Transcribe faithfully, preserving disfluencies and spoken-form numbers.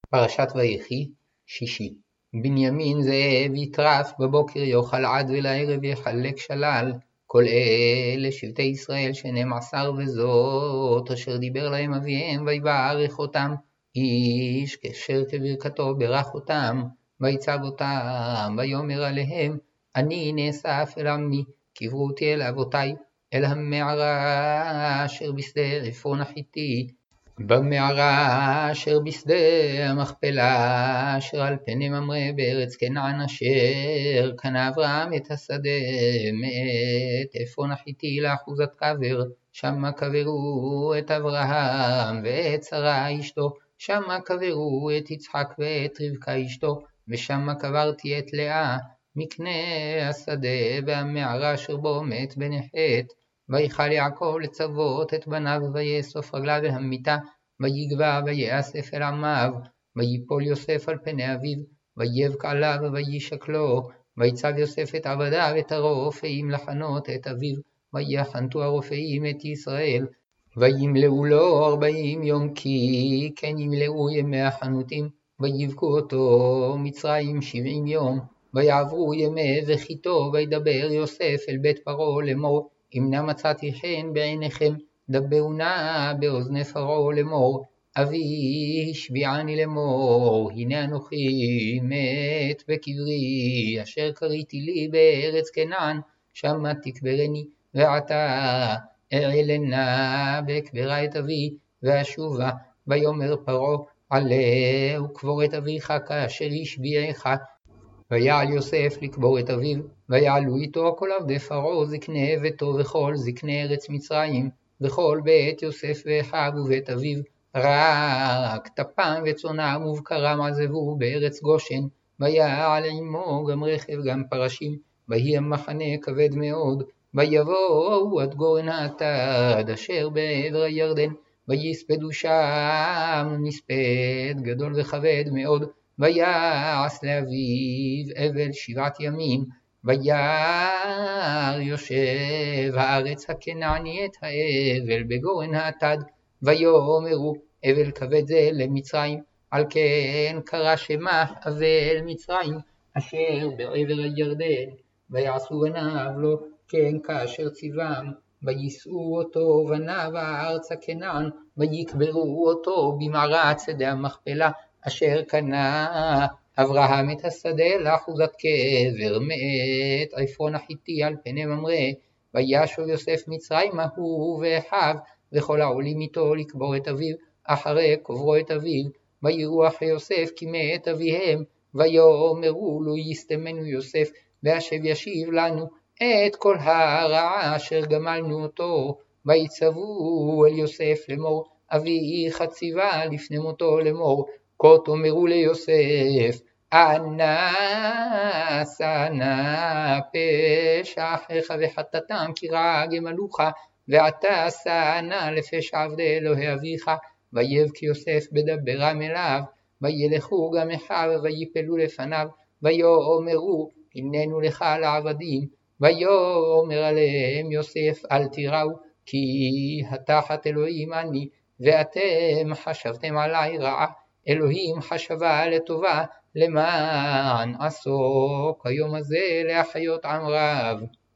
פרשת ויחי, שישי. בנימין זאב יטרף, בבוקר יאכל עד ולערב יחלק שלל. כל אלה שבטי ישראל שנים עשר וזאת, אשר דיבר להם אביהם ויברך אותם. איש כאשר כברכתו ברך אותם, ויצב אותם, ויאמר עליהם, אני נאסף אל עמי, קברו אותי אל אבותי, אל המערה אשר בשדה עפרון החיתי, במערה אשר בשדה המכפלה, אשר על פני ממרא בארץ כנען, אשר קנה אברהם את השדה מאת עפרון החיתי לאחוזת קבר. שמה קברו את אברהם ואת שרה אשתו, שמה קברו את יצחק ואת רבקה אשתו, ושמה קברתי את לאה מקנה השדה והמערה אשר בו מת בן חת. ויכל יעקב לצוות את בניו, ויאסוף רגליו אל המיטה, ויגבע ויאסף אל עמיו, ויפול יוסף על פני אביו, ויבק עליו וישקלו. ויצב יוסף את עבדיו את הרופאים לחנות את אביו, ויחנתו הרופאים את ישראל, וימלאו לו ארבעים יום, כי כן ימלאו ימי החנותים. ויבכו אותו מצרים שבעים יום, ויעברו ימי וחיתו. וידבר יוסף אל בית פרעה לאמור, אם נא מצאתי חן בעיניכם, דברו נא באוזני פרעה לאמור, אבי השביעני לאמור, הנה אנוכי מת בקברי, אשר קריתי לי בארץ כנען, שמה תקברני, ועתה אעלנה בקברה את אבי, ואשובה. ויאמר פרעה, עלה וקבור את אביך כאשר השביעך. ויעל יוסף לקבור את אביו, ויעלו איתו כל עבדי פרעה, זקני ביתו וכל זקני ארץ מצרים, וכל בית יוסף ואחיו ובית אביו, רק טפם וצונם ובקרם עזבו בארץ גושן. ויעל עמו גם רכב גם פרשים, ויהי המחנה כבד מאוד. ויבואו עד גורן האטד אשר בעבר הירדן, ויספדו שם מספד גדול וכבד מאוד. ויעש לאביו אבל שבעת ימים, וירא יושב הארץ הכנעני את האבל בגורן האטד. ויאמרו, אבל כבד זה למצרים, על כן קרא שמה אבל מצרים, אשר בעבר הירדן. ויעשו בניו לו כן כאשר ציוום, ויישאו אותו בניו הארץ הכנען, ויקברו אותו במערת שדה המכפלה, אשר קנה אברהם את השדה לאחוזת קבר מאת עפרון החיתי על פני ממרא. וישוב יוסף מצרימה הוא ואחיו וכל העולים איתו לקבור את אביו אחרי קוברו את אביו. ויראו אחי יוסף כי מת אביהם, ויאמרו לו, יסתמנו יוסף והשב ישיב לנו את כל הרעה אשר גמלנו אותו. ויצוו אל יוסף לאמור, אביך ציווה לפני מותו לאמור, כה תאמרו ליוסף, אנא עשה נא פשע אחיך וחטאתם כי רעה גמלוך, ועתה עשה נא לפשע עבדי אלוהי אביך. ויבך יוסף בדברם אליו, וילכו גם אחיו ויפלו לפניו, ויאמרו, הננו לך לעבדים. ויאמר עליהם יוסף, אל תיראו, כי התחת אלוהים אני, ואתם חשבתם עלי רעה, אלוהים חשבה לטובה, למען עשו כיום הזה להחיות עם רב.